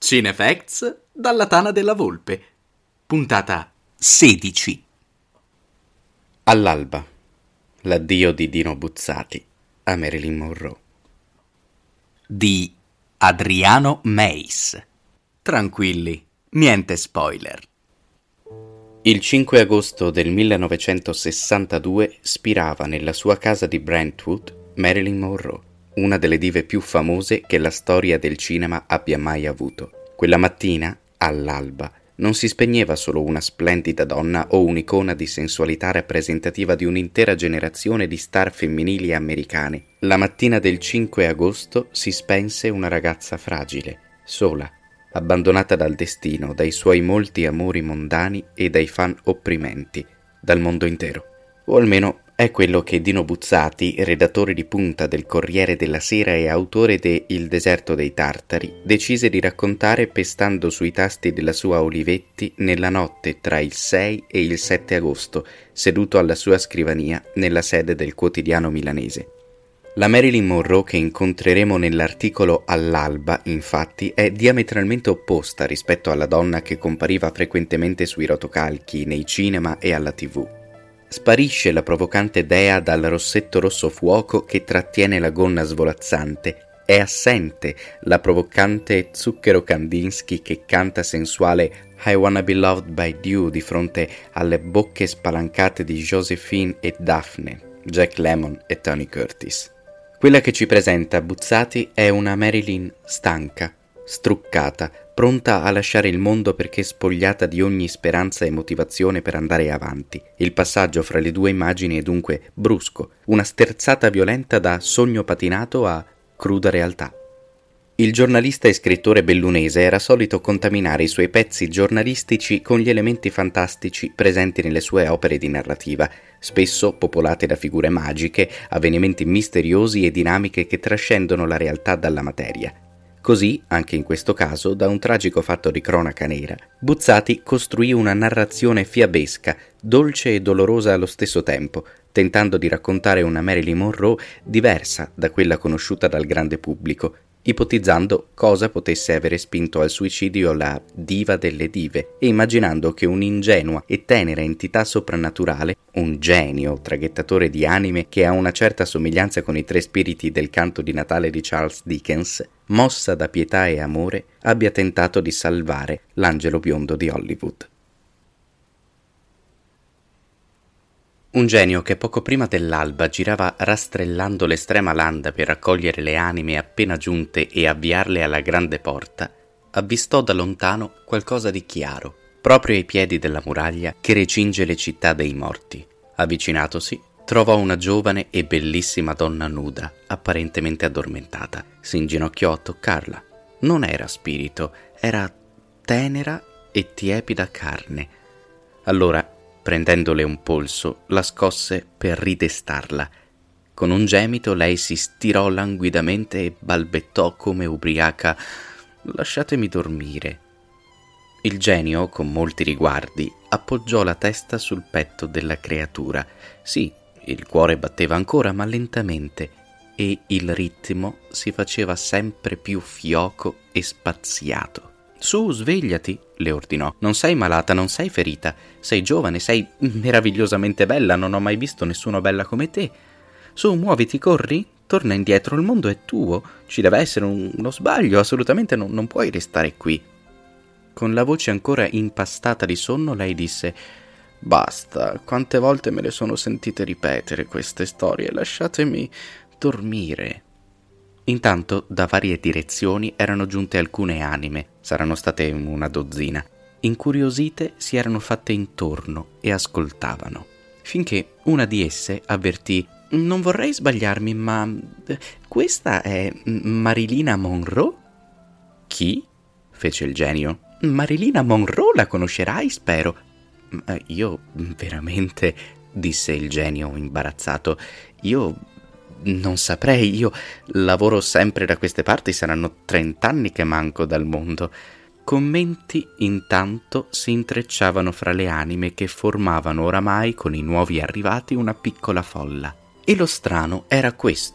Cinefacts dalla Tana della Volpe, puntata 16. All'alba, l'addio di Dino Buzzati a Marilyn Monroe. Di Adriano Meis. Tranquilli, niente spoiler. Il 5 agosto del 1962 spirava nella sua casa di Brentwood Marilyn Monroe, una delle dive più famose che la storia del cinema abbia mai avuto. Quella mattina, all'alba, non si spegneva solo una splendida donna o un'icona di sensualità rappresentativa di un'intera generazione di star femminili americane. La mattina del 5 agosto si spense una ragazza fragile, sola, abbandonata dal destino, dai suoi molti amori mondani e dai fan opprimenti, dal mondo intero. O almeno è quello che Dino Buzzati, redattore di punta del Corriere della Sera e autore de Il deserto dei Tartari, decise di raccontare pestando sui tasti della sua Olivetti nella notte tra il 6 e il 7 agosto, seduto alla sua scrivania nella sede del quotidiano milanese. La Marilyn Monroe che incontreremo nell'articolo All'alba, infatti, è diametralmente opposta rispetto alla donna che compariva frequentemente sui rotocalchi, nei cinema e alla TV. Sparisce la provocante dea dal rossetto rosso fuoco che trattiene la gonna svolazzante. È assente la provocante Zucchero Kandinsky che canta sensuale I Wanna Be Loved by You di fronte alle bocche spalancate di Josephine e Daphne, Jack Lemmon e Tony Curtis. Quella che ci presenta Buzzati è una Marilyn stanca, struccata, pronta a lasciare il mondo perché spogliata di ogni speranza e motivazione per andare avanti. Il passaggio fra le due immagini è dunque brusco, una sterzata violenta da sogno patinato a cruda realtà. Il giornalista e scrittore bellunese era solito contaminare i suoi pezzi giornalistici con gli elementi fantastici presenti nelle sue opere di narrativa, spesso popolate da figure magiche, avvenimenti misteriosi e dinamiche che trascendono la realtà dalla materia. Così, anche in questo caso, da un tragico fatto di cronaca nera, Buzzati costruì una narrazione fiabesca, dolce e dolorosa allo stesso tempo, tentando di raccontare una Marilyn Monroe diversa da quella conosciuta dal grande pubblico, ipotizzando cosa potesse avere spinto al suicidio la diva delle dive e immaginando che un'ingenua e tenera entità soprannaturale, un genio traghettatore di anime che ha una certa somiglianza con i tre spiriti del canto di Natale di Charles Dickens, mossa da pietà e amore, abbia tentato di salvare l'angelo biondo di Hollywood. Un genio che poco prima dell'alba girava rastrellando l'estrema landa per raccogliere le anime appena giunte e avviarle alla grande porta, avvistò da lontano qualcosa di chiaro, proprio ai piedi della muraglia che recinge le città dei morti. Avvicinatosi, trovò una giovane e bellissima donna nuda, apparentemente addormentata. Si inginocchiò a toccarla. Non era spirito, era tenera e tiepida carne. Allora, prendendole un polso, la scosse per ridestarla. Con un gemito lei si stirò languidamente e balbettò come ubriaca: «Lasciatemi dormire». Il genio, con molti riguardi, appoggiò la testa sul petto della creatura. Sì, il cuore batteva ancora, ma lentamente, e il ritmo si faceva sempre più fioco e spaziato. «Su, svegliati», le ordinò. «Non sei malata, non sei ferita. Sei giovane, sei meravigliosamente bella, non ho mai visto nessuno bella come te. Su, muoviti, corri, torna indietro, il mondo è tuo. Ci deve essere uno sbaglio, assolutamente non puoi restare qui». Con la voce ancora impastata di sonno, lei disse: «Basta, quante volte me le sono sentite ripetere queste storie, lasciatemi dormire». Intanto, da varie direzioni erano giunte alcune anime, saranno state una dozzina. Incuriosite si erano fatte intorno e ascoltavano, finché una di esse avvertì: «Non vorrei sbagliarmi, ma questa è Marilyn Monroe?» «Chi?» fece il genio. «Marilyn Monroe, la conoscerai, spero». «Io veramente», disse il genio imbarazzato, «io non saprei, io lavoro sempre da queste parti, saranno 30 anni che manco dal mondo». Commenti intanto si intrecciavano fra le anime che formavano oramai con i nuovi arrivati una piccola folla. E lo strano era questo: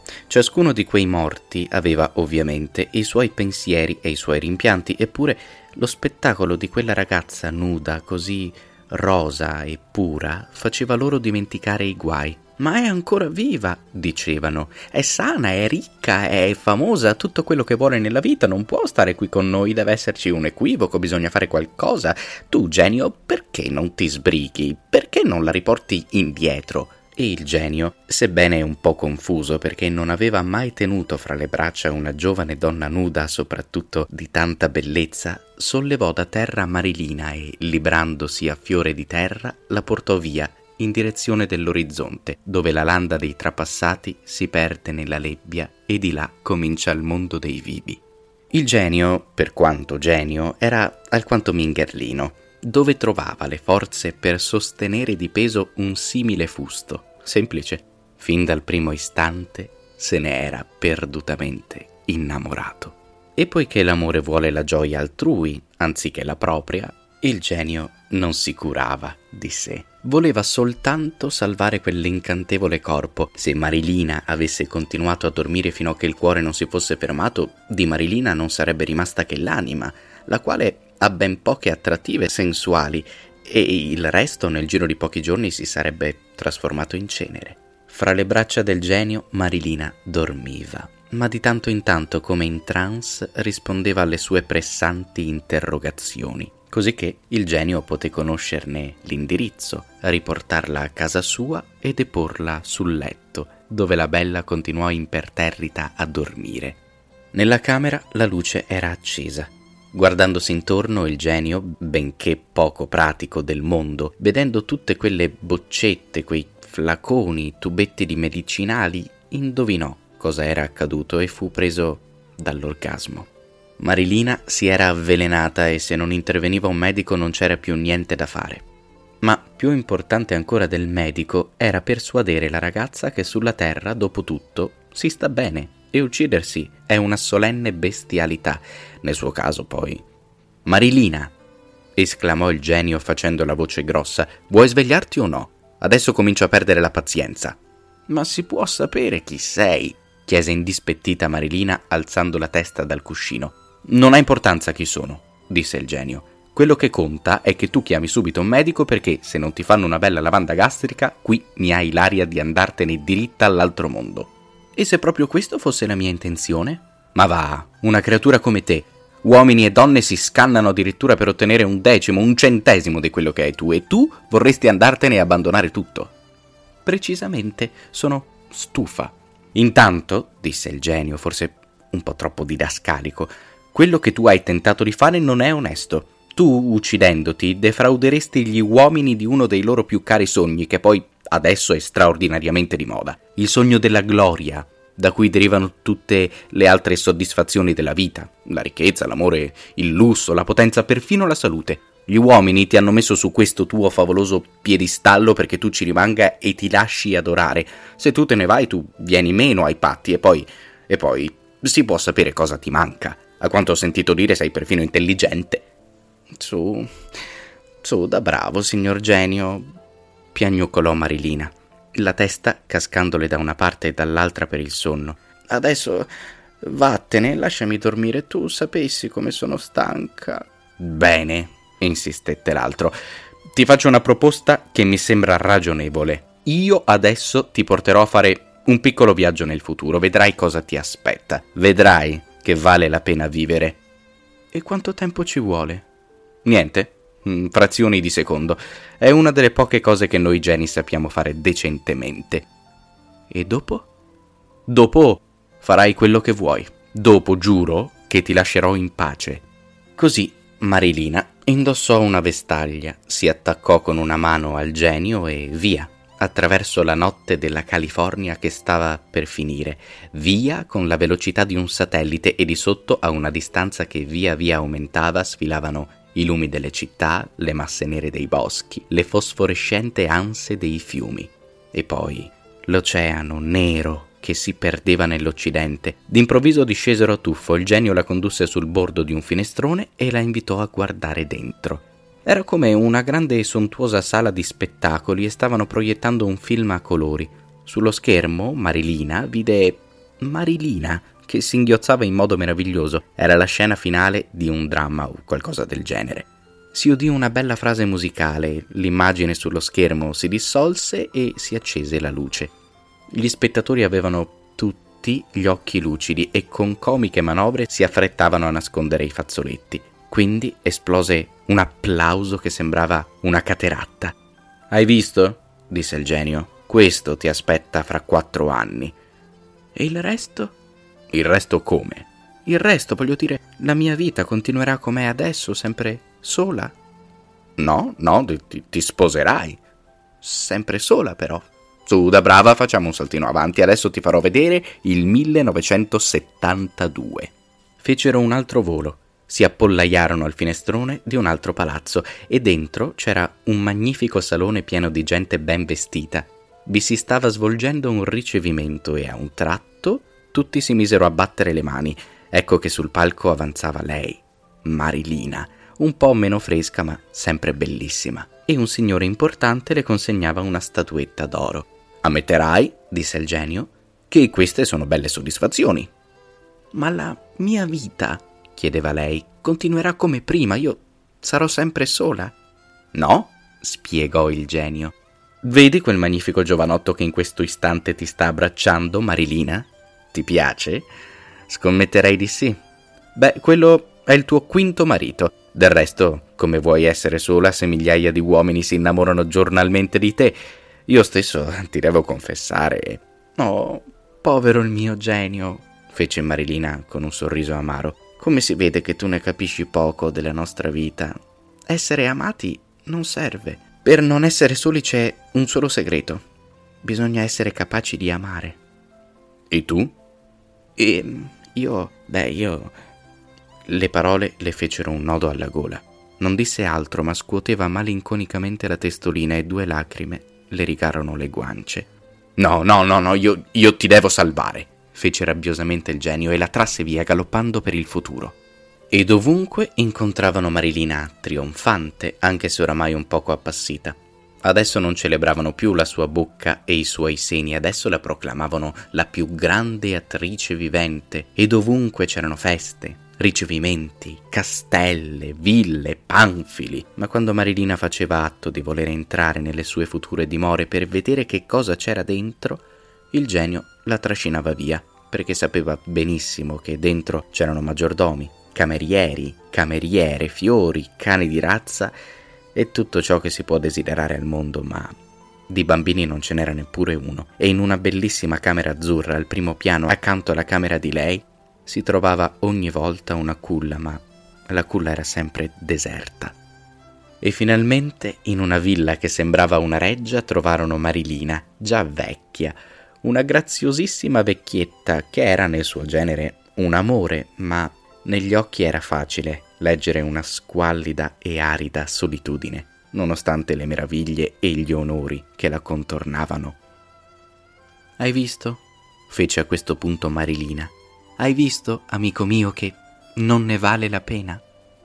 Ciascuno di quei morti aveva ovviamente i suoi pensieri e i suoi rimpianti, eppure lo spettacolo di quella ragazza nuda, così rosa e pura, faceva loro dimenticare i guai. «Ma è ancora viva», dicevano, «è sana, è ricca, è famosa, tutto quello che vuole nella vita, non può stare qui con noi, deve esserci un equivoco, bisogna fare qualcosa. Tu, genio, perché non ti sbrighi? Perché non la riporti indietro?» E il genio, sebbene un po' confuso perché non aveva mai tenuto fra le braccia una giovane donna nuda, soprattutto di tanta bellezza, sollevò da terra Marilina e, librandosi a fiore di terra, la portò via in direzione dell'orizzonte, dove la landa dei trapassati si perde nella nebbia e di là comincia il mondo dei vivi. Il genio, per quanto genio, era alquanto mingherlino. Dove trovava le forze per sostenere di peso un simile fusto? Semplice. Fin dal primo istante se ne era perdutamente innamorato. E poiché l'amore vuole la gioia altrui, anziché la propria, il genio non si curava di sé. Voleva soltanto salvare quell'incantevole corpo. Se Marilina avesse continuato a dormire fino a che il cuore non si fosse fermato, di Marilina non sarebbe rimasta che l'anima, la quale ha ben poche attrattive sensuali, e il resto nel giro di pochi giorni si sarebbe trasformato in cenere. Fra le braccia del genio Marilina dormiva, ma di tanto in tanto, come in trance, rispondeva alle sue pressanti interrogazioni, cosicché il genio poté conoscerne l'indirizzo, riportarla a casa sua e deporla sul letto, dove la bella continuò imperterrita a dormire. Nella camera la luce era accesa. Guardandosi intorno, il genio, benché poco pratico del mondo, vedendo tutte quelle boccette, quei flaconi, tubetti di medicinali, indovinò cosa era accaduto e fu preso dall'orgasmo. Marilina si era avvelenata e se non interveniva un medico non c'era più niente da fare. Ma più importante ancora del medico era persuadere la ragazza che sulla terra, dopo tutto, si sta bene. E uccidersi è una solenne bestialità, nel suo caso poi. «Marilina!» esclamò il genio facendo la voce grossa. «Vuoi svegliarti o no? Adesso comincio a perdere la pazienza». «Ma si può sapere chi sei?» chiese indispettita Marilina alzando la testa dal cuscino. «Non ha importanza chi sono», disse il genio. «Quello che conta è che tu chiami subito un medico perché se non ti fanno una bella lavanda gastrica, qui mi hai l'aria di andartene diritta all'altro mondo». «E se proprio questo fosse la mia intenzione?» «Ma va, una creatura come te. Uomini e donne si scannano addirittura per ottenere un decimo, un centesimo di quello che hai tu, e tu vorresti andartene e abbandonare tutto». «Precisamente, sono stufa». «Intanto», disse il genio, forse un po' troppo didascalico, «quello che tu hai tentato di fare non è onesto. Tu, uccidendoti, defrauderesti gli uomini di uno dei loro più cari sogni, che poi adesso è straordinariamente di moda. Il sogno della gloria, da cui derivano tutte le altre soddisfazioni della vita, la ricchezza, l'amore, il lusso, la potenza, perfino la salute. Gli uomini ti hanno messo su questo tuo favoloso piedistallo perché tu ci rimanga e ti lasci adorare. Se tu te ne vai, tu vieni meno ai patti e poi si può sapere cosa ti manca. A quanto ho sentito dire sei perfino intelligente». Su, da bravo, signor genio», piagnucolò Marilina, la testa cascandole da una parte e dall'altra per il sonno. «Adesso vattene, lasciami dormire, tu sapessi come sono stanca». «Bene», insistette l'altro, «ti faccio una proposta che mi sembra ragionevole. Io adesso ti porterò a fare un piccolo viaggio nel futuro, vedrai cosa ti aspetta, vedrai che vale la pena vivere». «E quanto tempo ci vuole?» «Niente, frazioni di secondo. È una delle poche cose che noi geni sappiamo fare decentemente». «E dopo?» «Dopo farai quello che vuoi. Dopo giuro che ti lascerò in pace». Così Marilina indossò una vestaglia, si attaccò con una mano al genio e via, attraverso la notte della California che stava per finire, via con la velocità di un satellite, e di sotto, a una distanza che via via aumentava, sfilavano i lumi delle città, le masse nere dei boschi, le fosforescenti anse dei fiumi, e poi l'oceano nero che si perdeva nell'occidente. D'improvviso discesero a tuffo, il genio la condusse sul bordo di un finestrone e la invitò a guardare dentro. Era come una grande e sontuosa sala di spettacoli e stavano proiettando un film a colori. Sullo schermo Marilina vide Marilina, che singhiozzava in modo meraviglioso. Era la scena finale di un dramma o qualcosa del genere. Si udì una bella frase musicale, l'immagine sullo schermo si dissolse e si accese la luce. Gli spettatori avevano tutti gli occhi lucidi e con comiche manovre si affrettavano a nascondere i fazzoletti. Quindi esplose un applauso che sembrava una cateratta. «Hai visto?» disse il genio. «Questo ti aspetta fra 4 anni». «E il resto?» «Il resto come?» «Il resto, voglio dire, la mia vita continuerà come è adesso, sempre sola?» «No, ti sposerai». «Sempre sola, però». «Su, da brava, facciamo un saltino avanti, adesso ti farò vedere il 1972». Fecero un altro volo. Si appollaiarono al finestrone di un altro palazzo e dentro c'era un magnifico salone pieno di gente ben vestita. Vi si stava svolgendo un ricevimento e a un tratto tutti si misero a battere le mani. Ecco che sul palco avanzava lei, Marilina, un po' meno fresca ma sempre bellissima, e un signore importante le consegnava una statuetta d'oro. «Ammetterai», disse il genio, «che queste sono belle soddisfazioni». «Ma la mia vita», chiedeva lei, «continuerà come prima, io sarò sempre sola». «No», spiegò il genio. «Vedi quel magnifico giovanotto che in questo istante ti sta abbracciando, Marilina? Ti piace?» «Scommetterei di sì». «Beh, quello è il tuo 5º marito. Del resto, come vuoi essere sola se migliaia di uomini si innamorano giornalmente di te? Io stesso ti devo confessare». «Oh, povero il mio genio», fece Marilina con un sorriso amaro. «Come si vede che tu ne capisci poco della nostra vita. Essere amati non serve. Per non essere soli c'è un solo segreto. Bisogna essere capaci di amare». «E tu?» Io... Le parole le fecero un nodo alla gola. Non disse altro, ma scuoteva malinconicamente la testolina e 2 lacrime le rigarono le guance. No, io ti devo salvare», fece rabbiosamente il genio e la trasse via galoppando per il futuro. E dovunque incontravano Marilina, trionfante, anche se oramai un poco appassita. Adesso non celebravano più la sua bocca e i suoi seni, adesso la proclamavano la più grande attrice vivente, e dovunque c'erano feste, ricevimenti, castelle, ville, panfili. Ma quando Marilina faceva atto di voler entrare nelle sue future dimore per vedere che cosa c'era dentro, il genio la trascinava via, perché sapeva benissimo che dentro c'erano maggiordomi, camerieri, cameriere, fiori, cani di razza e tutto ciò che si può desiderare al mondo, ma di bambini non ce n'era neppure uno. E in una bellissima camera azzurra al primo piano, accanto alla camera di lei, si trovava ogni volta una culla, ma la culla era sempre deserta. E finalmente, in una villa che sembrava una reggia, trovarono Marilina, già vecchia, una graziosissima vecchietta che era nel suo genere un amore, ma negli occhi era facile leggere una squallida e arida solitudine, nonostante le meraviglie e gli onori che la contornavano. «Hai visto?» fece a questo punto Marilina. «Hai visto, amico mio, che non ne vale la pena?»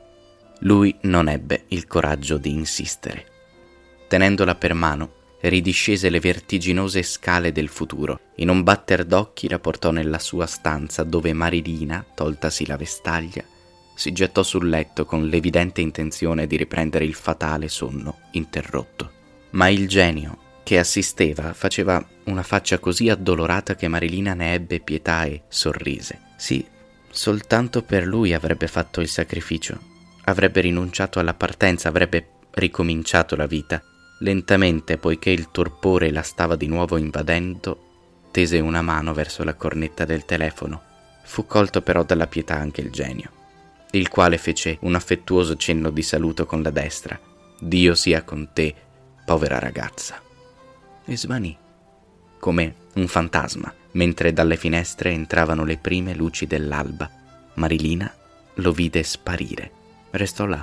Lui non ebbe il coraggio di insistere. Tenendola per mano, ridiscese le vertiginose scale del futuro. In un batter d'occhi la portò nella sua stanza, dove Marilina, toltasi la vestaglia, si gettò sul letto con l'evidente intenzione di riprendere il fatale sonno interrotto. Ma il genio che assisteva faceva una faccia così addolorata che Marilina ne ebbe pietà e sorrise. Sì, soltanto per lui avrebbe fatto il sacrificio, avrebbe rinunciato alla partenza, avrebbe ricominciato la vita. Lentamente, poiché il torpore la stava di nuovo invadendo, tese una mano verso la cornetta del telefono. Fu colto però dalla pietà anche il genio, il quale fece un affettuoso cenno di saluto con la destra. «Dio sia con te, povera ragazza», e svanì come un fantasma, mentre dalle finestre entravano le prime luci dell'alba. Marilina lo vide sparire. Restò là,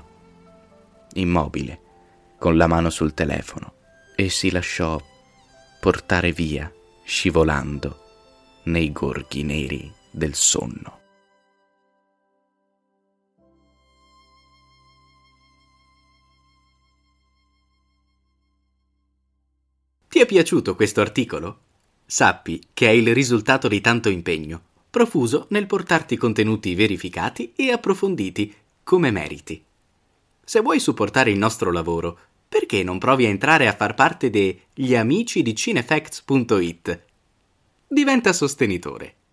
immobile, con la mano sul telefono, e si lasciò portare via, scivolando nei gorghi neri del sonno. Ti è piaciuto questo articolo? Sappi che è il risultato di tanto impegno, profuso nel portarti contenuti verificati e approfonditi, come meriti. Se vuoi supportare il nostro lavoro, perché non provi a entrare a far parte degli amici di Cinefacts.it? Diventa sostenitore.